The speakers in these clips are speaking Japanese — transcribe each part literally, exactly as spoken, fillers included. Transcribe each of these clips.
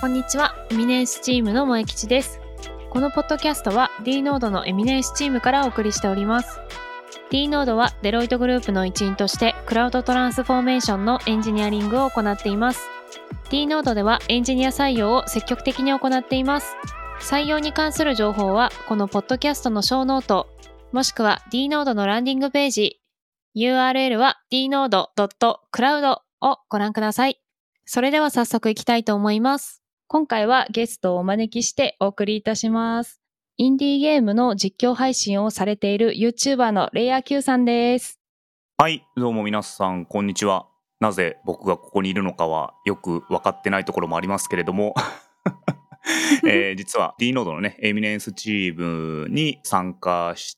こんにちは、エミネンスチームの萌吉です。このポッドキャストは D ノードのエミネンスチームからお送りしております。 D ノードはデロイトグループの一員としてクラウドトランスフォーメーションのエンジニアリングを行っています。 D ノードではエンジニア採用を積極的に行っています。採用に関する情報はこのポッドキャストのショーノート、もしくは D ノードのランディングページ、 ユーアールエル は ディーノードドットクラウド をご覧ください。それでは早速いきたいと思います。今回はゲストをお招きしてお送りいたします。インディーゲームの実況配信をされている YouTuber のレイヤー Q さんです。 はい、どうも皆さんこんにちは。なぜ僕がここにいるのかはよく分かってないところもありますけれども、えー、実は D ノードのねエミネンスチームに参加して、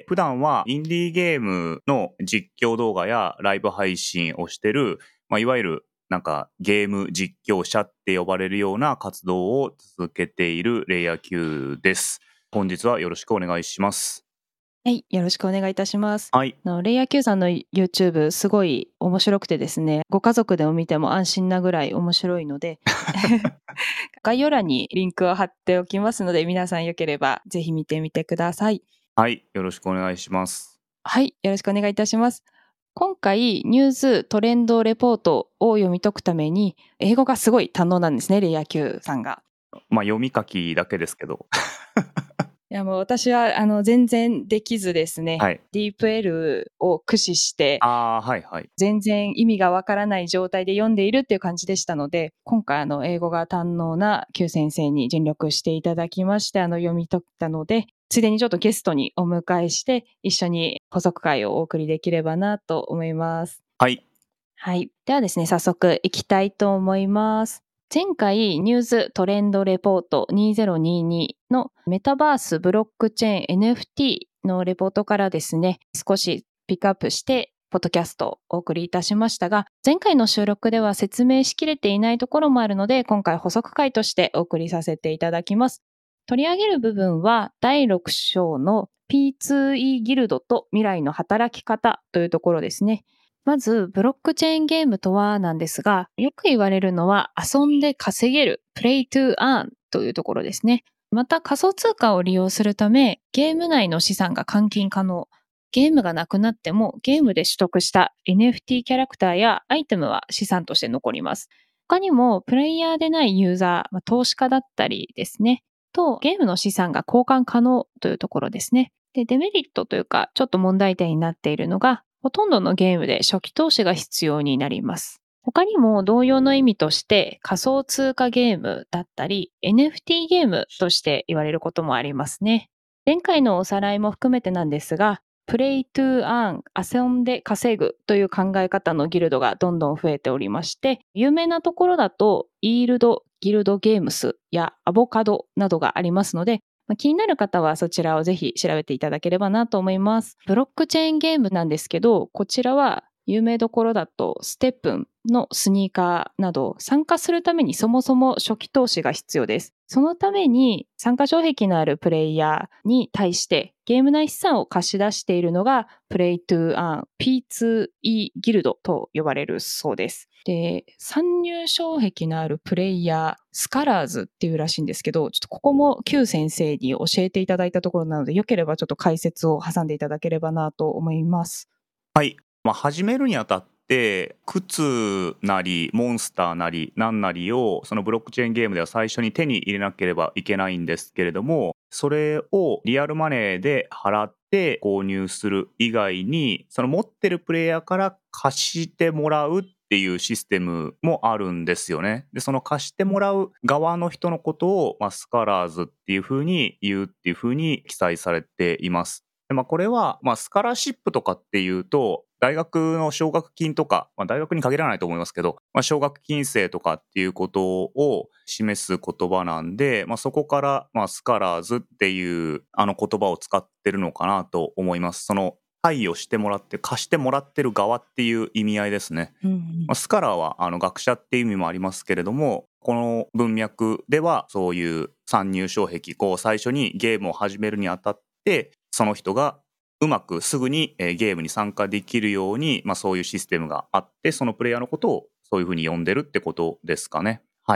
普段はインディーゲームの実況動画やライブ配信をしてる、まあ、いわゆるなんかゲーム実況者って呼ばれるような活動を続けているレイヤー Q です。本日はよろしくお願いします。 はい、よろしくお願いいたします。 はい、 のレイヤー Q さんの YouTube すごい面白くてですね、ご家族でも見ても安心なぐらい面白いので概要欄にリンクを貼っておきますので、皆さんよければぜひ見てみてください。 はい、よろしくお願いします。 はい、よろしくお願いいたします。今回ニューストレンドレポートを読み解くために英語がすごい堪能なんですね、レイヤー Q さんが。 まあ読み書きだけですけどいやもう私はあの全然できずですね、 はい、 ディープ L を駆使してあーはいはい全然意味がわからない状態で読んでいるっていう感じでしたので、今回あの英語が堪能な Q 先生に尽力していただきまして、あの読み解いたので、ついでにちょっとゲストにお迎えして一緒に補足会をお送りできればなと思います。 はい。 はい。ではですね、早速いきたいと思います。前回ニューストレンドレポートにせんにじゅうにのメタバースブロックチェーン エヌエフティー のレポートからですね、少しピックアップしてポッドキャストをお送りいたしましたが、前回の収録では説明しきれていないところもあるので、今回補足会としてお送りさせていただきます。取り上げる部分はだいろく章の ピーツーイー ギルドと未来の働き方というところですね。まず、ブロックチェーンゲームとはなんですが、よく言われるのは遊んで稼げる、play to earn というところですね。また仮想通貨を利用するため、ゲーム内の資産が換金可能。ゲームがなくなってもゲームで取得した エヌエフティー キャラクターやアイテムは資産として残ります。他にも、プレイヤーでないユーザー、まあ、投資家だったりですね、とゲームの資産が交換可能というところですね。で、デメリットというか、ちょっと問題点になっているのが、ほとんどのゲームで初期投資が必要になります。他にも同様の意味として仮想通貨ゲームだったり エヌエフティー ゲームとして言われることもありますね。前回のおさらいも含めてなんですが、プレイトゥーアーン、遊んで稼ぐという考え方のギルドがどんどん増えておりまして、有名なところだとイールド、ギルドゲームスやアボカドなどがありますので、気になる方はそちらをぜひ調べていただければなと思います。ブロックチェーンゲームなんですけど、こちらは有名どころだとステップンのスニーカーなど参加するためにそもそも初期投資が必要です。そのために参加障壁のあるプレイヤーに対してゲーム内資産を貸し出しているのがプレイトゥーアーン ピーツーイー ギルドと呼ばれるそうです。で、参入障壁のあるプレイヤー、スカラーズっていうらしいんですけど、ちょっとここも Q 先生に教えていただいたところなので、よければちょっと解説を挟んでいただければなと思います。 はい、まあ、始めるにあたって靴なりモンスターなり何なりをそのブロックチェーンゲームでは最初に手に入れなければいけないんですけれども、それをリアルマネーで払って購入する以外に、その持ってるプレイヤーから貸してもらうっていうシステムもあるんですよね。で、その貸してもらう側の人のことを、まあ、スカラーズっていう風に言うっていう風に記載されています。で、まあ、これは、まあ、スカラシップとかっていうと大学の奨学金とか、まあ、大学に限らないと思いますけど、まあ、奨学金制とかっていうことを示す言葉なんで、まあ、そこから、まあ、スカラーズっていうあの言葉を使ってるのかなと思います。その貸与してもらって貸してもらってる側っていう意味合いですね。 うんうんまあ、スカラーはあの学者っていう意味もありますけれども、この文脈ではそういう参入障壁、こう最初にゲームを始めるにあたってその人がうまくすぐにゲームに参加できるように、まあ、そういうシステムがあって、そのプレイヤーのことをそういうふうに呼んでるってことですかね。はい。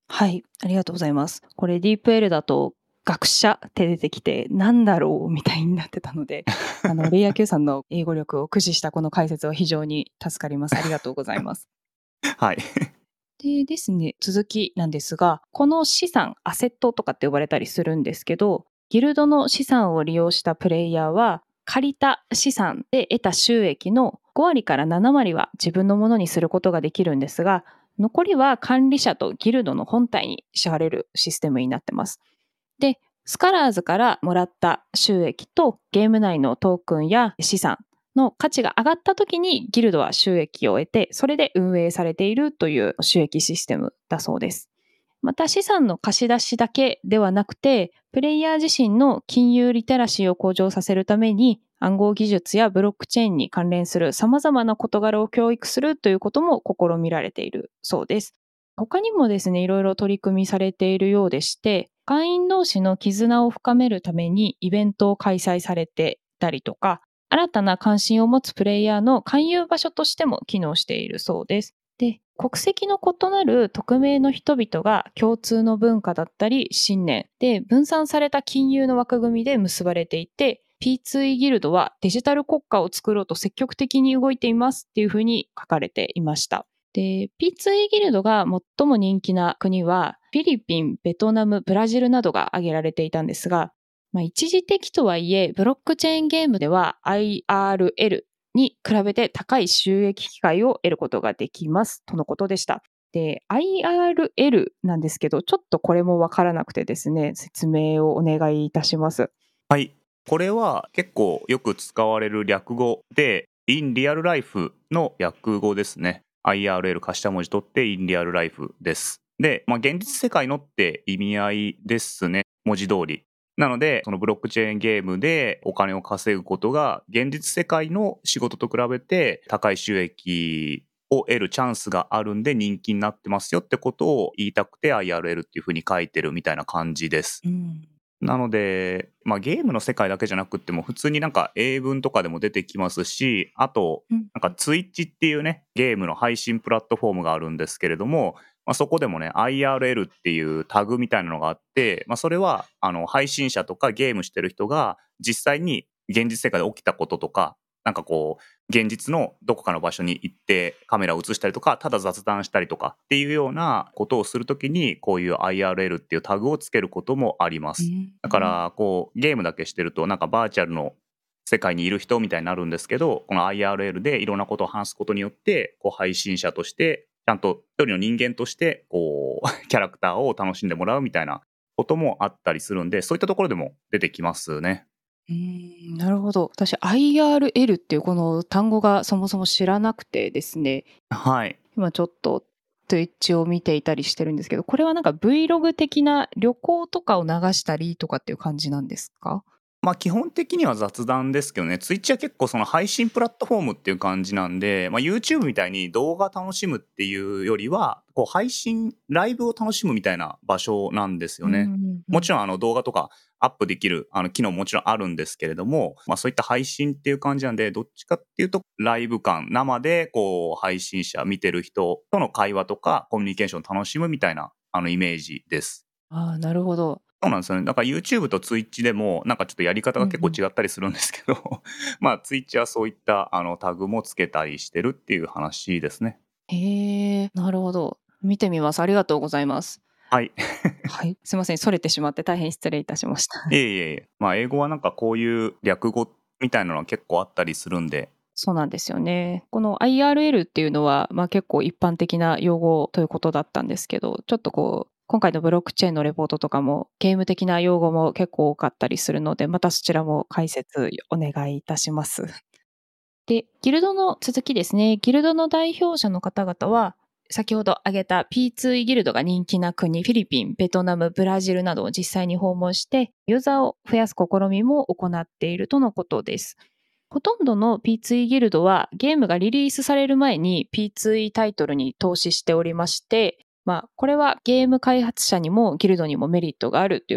はい、ありがとうございます。これ ディープエル だと学者って出てきてなんだろうみたいになってたので、あのレイヤー Q さんの英語力を駆使したこの解説は非常に助かります。ありがとうございます。 はい。 でですね、続きなんですが、この資産、アセットとかって呼ばれたりするんですけど、ギルドの資産を利用したプレイヤーは、借りた資産で得た収益のご割からなな割は自分のものにすることができるんですが、残りは管理者とギルドの本体に支払えるシステムになってます。で、スカラーズからもらった収益とゲーム内のトークンや資産の価値が上がった時にギルドは収益を得て、それで運営されているという収益システムだそうです。また資産の貸し出しだけではなくて、プレイヤー自身の金融リテラシーを向上させるために暗号技術やブロックチェーンに関連する様々な事柄を教育するということも試みられているそうです。他にもですね、いろいろ取り組みされているようでして、会員同士の絆を深めるためにイベントを開催されていたりとか、新たな関心を持つプレイヤーの勧誘場所としても機能しているそうです。で、国籍の異なる匿名の人々が共通の文化だったり信念で分散された金融の枠組みで結ばれていて、ピーツーイー ギルドはデジタル国家を作ろうと積極的に動いていますっていうふうに書かれていました。で、ピーツーイー ギルドが最も人気な国はフィリピン、ベトナム、ブラジルなどが挙げられていたんですが、まあ、一時的とはいえ、ブロックチェーンゲームでは アイアールエル に比べて高い収益機会を得ることができますとのことでした。で、アイアールエル なんですけど、ちょっとこれもわからなくてですね、説明をお願いいたします。 はい。これは結構よく使われる略語で、in real life の略語ですね。アイアールエル 頭文字取って in real life です。で、まあ、現実世界のって意味合いですね。文字通り。なので、そのブロックチェーンゲームでお金を稼ぐことが、現実世界の仕事と比べて高い収益を得るチャンスがあるんで人気になってますよってことを言いたくて アイアールエル っていうふうに書いてるみたいな感じです。 うんなので、まあ、ゲームの世界だけじゃなくっても普通になんか英文とかでも出てきますし、あとうんなんか Twitch っていうねゲームの配信プラットフォームがあるんですけれども、まあ、そこでもね アイアールエル っていうタグみたいなのがあって、まあ、それはあの配信者とかゲームしてる人が実際に現実世界で起きたこととか、なんかこう現実のどこかの場所に行ってカメラを映したりとか、ただ雑談したりとかっていうようなことをするときにこういう アイアールエル っていうタグをつけることもあります。だからこうゲームだけしてるとなんかバーチャルの世界にいる人みたいになるんですけど、この アイアールエル でいろんなことを話すことによってこう配信者としてちゃんと一人の人間としてこうキャラクターを楽しんでもらうみたいなこともあったりするんで、そういったところでも出てきますね。 うーん、なるほど。私 アイアールエル っていうこの単語がそもそも知らなくてですね、 はい。 今ちょっと Twitch を見ていたりしてるんですけど、これはなんか Vlog 的な旅行とかを流したりとかっていう感じなんですか？ まあ基本的には雑談ですけどね、Twitch は結構その配信プラットフォームっていう感じなんで、まあ、YouTube みたいに動画楽しむっていうよりは、こう配信、ライブを楽しむみたいな場所なんですようんうね。 んうん。 もちろんあの動画とかアップできるあの機能ももちろんあるんですけれども、まあそういった配信っていう感じなんで、どっちかっていうとライブ感、生でこう配信者見てる人との会話とかコミュニケーションを楽しむみたいなあのイメージです。 ああ、なるほど。 そうなんですよね。だから YouTube と Twitch でもなんかちょっとやり方が結構うんうん。 違ったりするんですけど、まあ Twitch はそういったあのタグもつけたりしてるっていう話ですね。 へえ、なるほど。見てみます。ありがとうございます。 はい。 はい、すいません、逸れてしまって大変失礼いたしました。 いえいえいえ。まあ英語はなんかこういう略語みたいなのは結構あったりするんで、 そうなんですよね。この アイアールエル っていうのは、まあ、結構一般的な用語ということだったんですけど、ちょっとこう、今回のブロックチェーンのレポートとかもゲーム的な用語も結構多かったりするので、またそちらも解説お願いいたします。で、ギルドの続きですね。ギルドの代表者の方々は、先ほど挙げた ピーツーイー ギルドが人気な国、フィリピン、ベトナム、ブラジルなどを実際に訪問して、ユーザーを増やす試みも行っているとのことです。ほとんどの ピーツーイー ギルドはゲームがリリースされる前に ピーツーイー タイトルに投資しておりまして、まあ、これはゲーム開発者にもギルドにもメリットがあるというふうに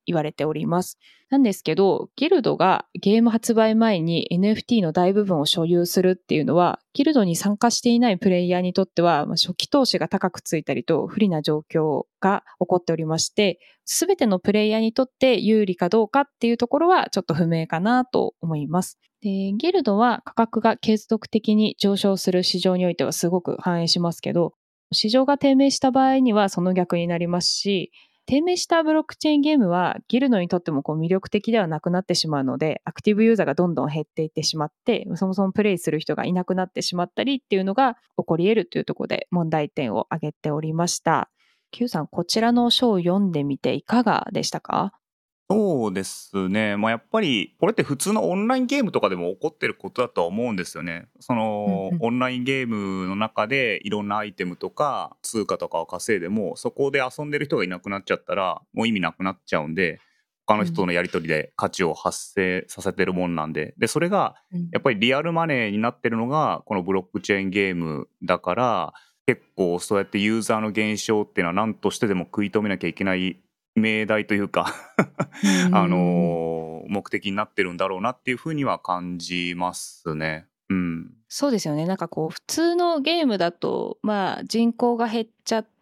言われております。なんですけど、ギルドがゲーム発売前に エヌエフティー の大部分を所有するっていうのは、ギルドに参加していないプレイヤーにとっては、まあ、初期投資が高くついたりと不利な状況が起こっておりまして、すべてのプレイヤーにとって有利かどうかっていうところはちょっと不明かなと思います。で、ギルドは価格が継続的に上昇する市場においてはすごく反映しますけど、市場が低迷した場合にはその逆になりますし、低迷したブロックチェーンゲームはギルドにとってもこう魅力的ではなくなってしまうので、アクティブユーザーがどんどん減っていってしまって、そもそもプレイする人がいなくなってしまったりっていうのが起こり得るというところで問題点を挙げておりました。Q さん、こちらの書を読んでみていかがでしたか？ そうですね。まあ、やっぱりこれって普通のオンラインゲームとかでも起こってることだとは思うんですよね。そのうんうん、 オンラインゲームの中でいろんなアイテムとか通貨とかを稼いでも、そこで遊んでる人がいなくなっちゃったらもう意味なくなっちゃうんで、他の人とのやり取りで価値を発生させてるもんなんで、でそれがうんやっぱりリアルマネーになってるのがこのブロックチェーンゲームだから、結構そうやってユーザーの減少っていうのは何としてでも食い止めなきゃいけない命題というかうんうんあうんうん、 のー目的になってるんだろうなっていうふうには感じますね。うん。 そうですよね。なんかこう普通のゲームだと、まあ人口が減っちゃって、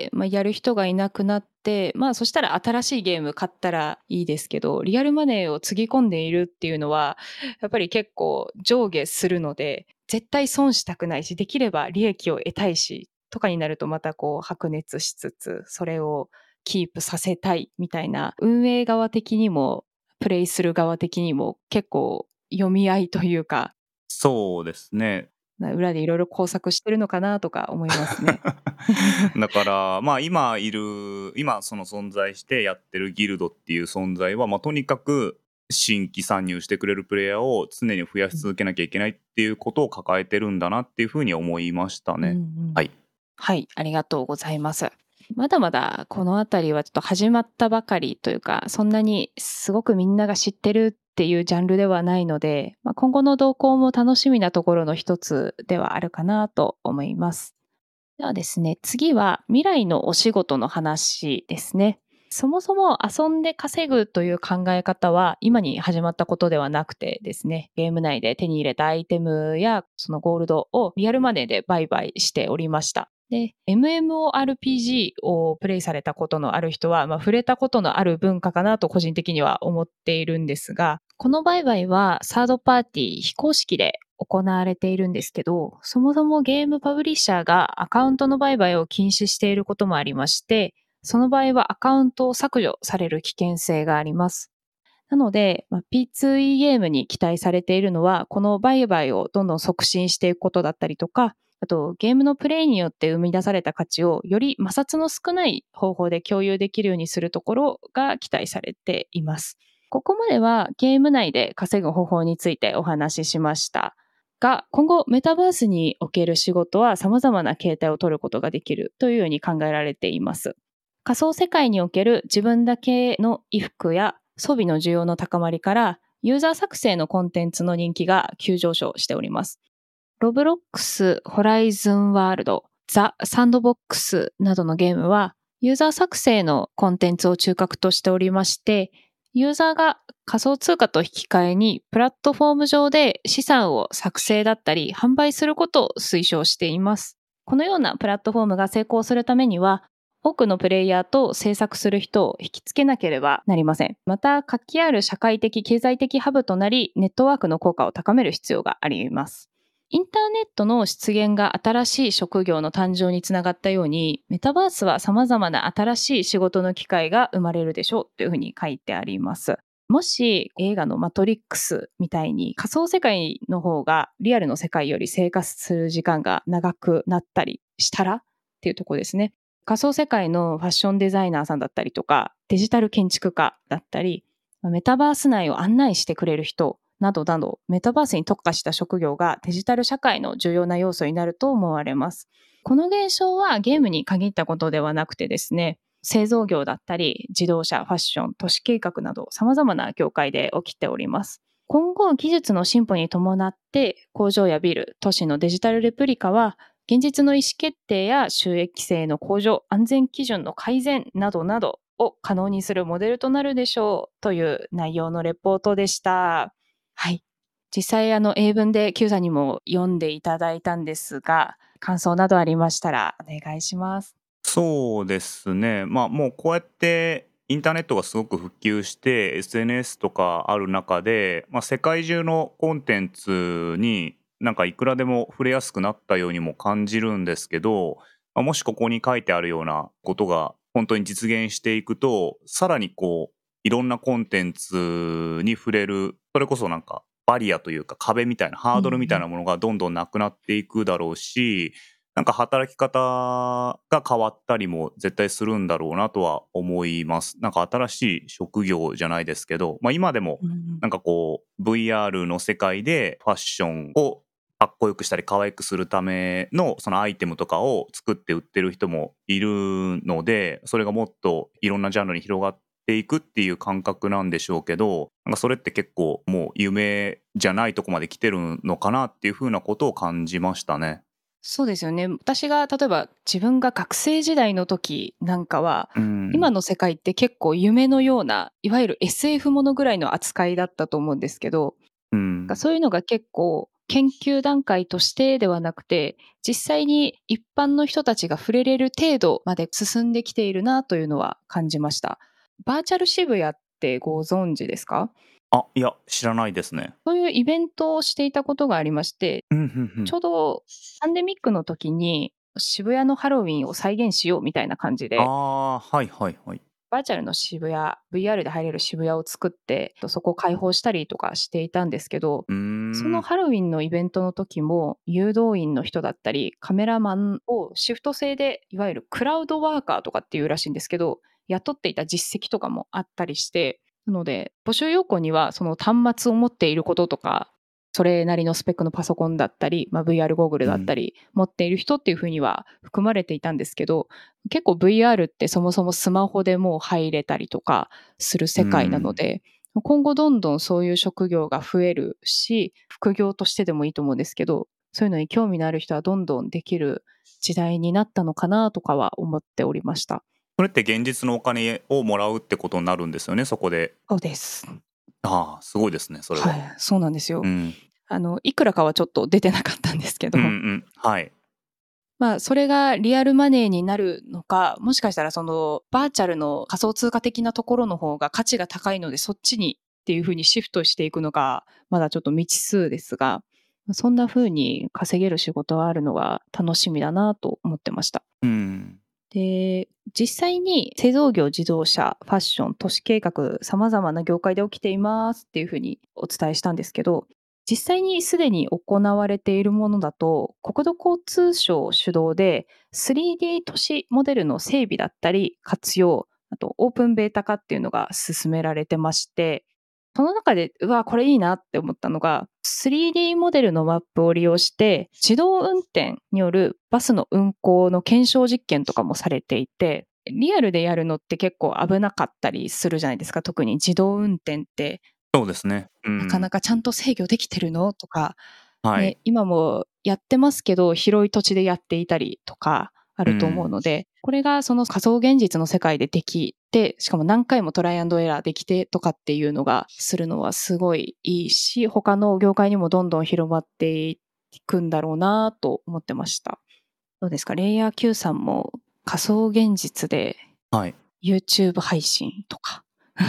まあ、やる人がいなくなって、まあそしたら新しいゲーム買ったらいいですけど、リアルマネーをつぎ込んでいるっていうのは、やっぱり結構上下するので、絶対損したくないし、できれば利益を得たいし、とかになるとまたこう白熱しつつ、それをキープさせたいみたいな、運営側的にも、プレイする側的にも結構読み合いというか、 そうですね。 裏でいろいろ工作してるのかなとか思いますね。 だからまあ今いる今その存在してやってるギルドっていう存在は、まあ、とにかく新規参入してくれるプレイヤーを常に増やし続けなきゃいけないっていうことを抱えてるんだなっていうふうに思いましたうんうね。 ん、 はい。 はい、ありがとうございます。まだまだこのあたりはちょっと始まったばかりというか、そんなにすごくみんなが知ってるっていうジャンルではないので、まあ、今後の動向も楽しみなところの一つではあるかなと思います。ではですね、次は未来のお仕事の話ですね。そもそも遊んで稼ぐという考え方は今に始まったことではなくてですね、ゲーム内で手に入れたアイテムやそのゴールドをリアルマネーで売買しておりました。で、エムエムオーアールピージー をプレイされたことのある人は、まあ、触れたことのある文化かなと個人的には思っているんですが、この売買はサードパーティー非公式で行われているんですけど、そもそもゲームパブリッシャーがアカウントの売買を禁止していることもありまして、その場合はアカウントを削除される危険性があります。なので、まあ、ピーツーイー ゲームに期待されているのは、この売買をどんどん促進していくことだったりとか、あとゲームのプレイによって生み出された価値をより摩擦の少ない方法で共有できるようにするところが期待されています。ここまではゲーム内で稼ぐ方法についてお話ししました。が、今後メタバースにおける仕事は様々な形態を取ることができるというように考えられています。仮想世界における自分だけの衣服や装備の需要の高まりから、ユーザー作成のコンテンツの人気が急上昇しております。ロブロックス、ホライズンワールド、ザ・サンドボックスなどのゲームは、ユーザー作成のコンテンツを中核としておりまして、ユーザーが仮想通貨と引き換えにプラットフォーム上で資産を作成だったり販売することを推奨しています。このようなプラットフォームが成功するためには、多くのプレイヤーと制作する人を引きつけなければなりません。また、活気ある社会的経済的ハブとなり、ネットワークの効果を高める必要があります。インターネットの出現が新しい職業の誕生につながったように、メタバースは様々な新しい仕事の機会が生まれるでしょうというふうに書いてあります。もし映画のマトリックスみたいに仮想世界の方がリアルの世界より生活する時間が長くなったりしたらっていうところですね。仮想世界のファッションデザイナーさんだったりとか、デジタル建築家だったり、メタバース内を案内してくれる人などなど、メタバースに特化した職業がデジタル社会の重要な要素になると思われます。この現象はゲームに限ったことではなくてですね、製造業だったり、自動車、ファッション、都市計画など様々な業界で起きております。今後、技術の進歩に伴って工場やビル、都市のデジタルレプリカは現実の意思決定や収益性の向上、安全基準の改善などなどを可能にするモデルとなるでしょうという内容のレポートでした。はい。実際あの英文で Q さんにも読んでいただいたんですが、感想などありましたらお願いします。 そうですね。まあもうこうやってインターネットがすごく普及して エスエヌエス とかある中で、まあ、世界中のコンテンツになんかいくらでも触れやすくなったようにも感じるんですけど、まあ、もしここに書いてあるようなことが本当に実現していくと、さらにこういろんなコンテンツに触れる、それこそなんかバリアというか壁みたいなハードルみたいなものがどんどんなくなっていくだろうし、なんか働き方が変わったりも絶対するんだろうなとは思います。なんか新しい職業じゃないですけど、まあ今でもなんかこう ブイアール の世界でファッションをかっこよくしたり可愛くするためのそのアイテムとかを作って売ってる人もいるので、それがもっといろんなジャンルに広がっていくっていう感覚なんでしょうけど、なんかそれって結構もう夢じゃないとこまで来てるのかなっていうふうなことを感じましたね。 そうですよね。私が例えば自分が学生時代の時なんかは、 うん、 今の世界って結構夢のような、いわゆる エスエフ ものぐらいの扱いだったと思うんですけど、 うん、 そういうのが結構研究段階としてではなくて、実際に一般の人たちが触れれる程度まで進んできているなというのは感じました。バーチャル渋谷ってご存知ですか？ あ、いや、知らないですね。 そういうイベントをしていたことがありまして、 うんうんうん。 ちょうどパンデミックの時に渋谷のハロウィンを再現しようみたいな感じあで、 あ、はいはいはい。 バーチャルの渋谷、ブイアール で入れる渋谷を作って、そこを開放したりとかしていたんですけど、 うーそのん。 ハロウィンのイベントの時も、誘導員の人だったり、カメラマンをシフト制で、いわゆるクラウドワーカーとかっていうらしいんですけど、雇っていた実績とかもあったりして、なので、募集要項には、その端末を持っていることとか、それなりのスペックのパソコンだったり、まあ、ブイアール ゴーグルうん。 だったり、持っている人っていうふうには含まれていたんですけど、結構 ブイアール ってそもそもスマホでもう入れたりとかするう世界なのん。 で、今後どんどんそういう職業が増えるし、副業としてでもいいと思うんですけど、そういうのに興味のある人はどんどんできる時代になったのかなとかは思っておりました。 それって現実のお金をもらうってことになるんですよね、そこで。 そうです。 ああ、すごいですね、それは。 はい、そうなんですよ。 うん。 あの、いくらかはちょっと出てなかったんですけうんうど、 ん。はい。 まあ、それがリアルマネーになるのか、もしかしたらそのバーチャルの仮想通貨的なところの方が価値が高いので、そっちにっていう風にシフトしていくのか、まだちょっと未知数ですが、そんな風に稼げる仕事があるのは楽しみだなと思ってました。 うん。 で、実際に製造業、自動車、ファッション、都市計画、様々な業界で起きていますっていう風にお伝えしたんですけど、実際にすでに行われているものだと、国土交通省主導で スリーディー 都市モデルの整備だったり活用、あとオープンベータ化っていうのが進められてまして、その中で、うわ、これいいなって思ったのが、スリーディー モデルのマップを利用して、自動運転によるバスの運行の検証実験とかもされていて、リアルでやるのって結構危なかったりするじゃないですか。特に自動運転って、 そうですね。うなかなん。 かちゃんと制御できてるのとか、ね、 はい。 今もやってますけど、広い土地でやっていたりとかあると思ううん。 ので、これがその仮想現実の世界でできて、しかも何回もトライアンドエラーできてとかっていうのがするのはすごいいいし、他の業界にもどんどん広まっていくんだろうなと思ってました。どうですか？レイヤー Q さんも仮想現実ではい。 YouTube 配信とか。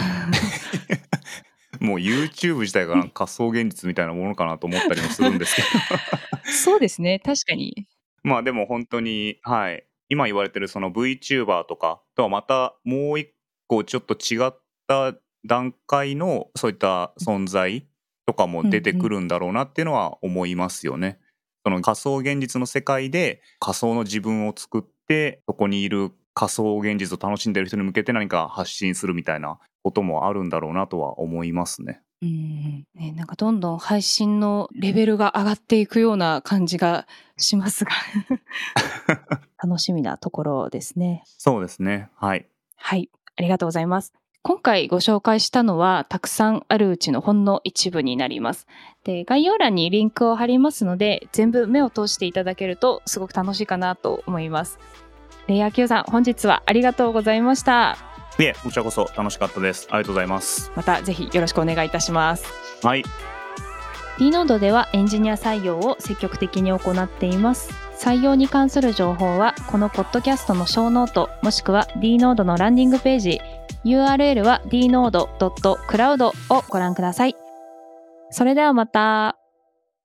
もう YouTube 自体がなんか仮想現実みたいなものかなと思ったりもするんですけど。 そうですね、確かに。 まあでも本当に、はい。今言われてるその VTuber とかとはまたもう一個ちょっと違った段階のそういった存在とかも出てくるんだろうなっていうのは思いますよね。その仮想現実の世界で仮想の自分を作ってそこにいる仮想現実を楽しんでる人に向けて何か発信するみたいなこともあるんだろうなとは思いますね。 うんね、なんかどんどん配信のレベルが上がっていくような感じがしますが楽しみなところですね。 そうですね。はい。 はい、ありがとうございます。今回ご紹介したのはたくさんあるうちのほんの一部になります。で、概要欄にリンクを貼りますので、全部目を通していただけるとすごく楽しいかなと思います。レイヤー Q さん、本日はありがとうございました。 いえ、こちらこそ楽しかったです。ありがとうございます。 またぜひよろしくお願いいたします。 はい。 D ノードではエンジニア採用を積極的に行っています。採用に関する情報はこのポッドキャストのショーノートもしくは D ノードのランディングページ ユーアールエル は ディーノードドットクラウド をご覧ください。それではまた。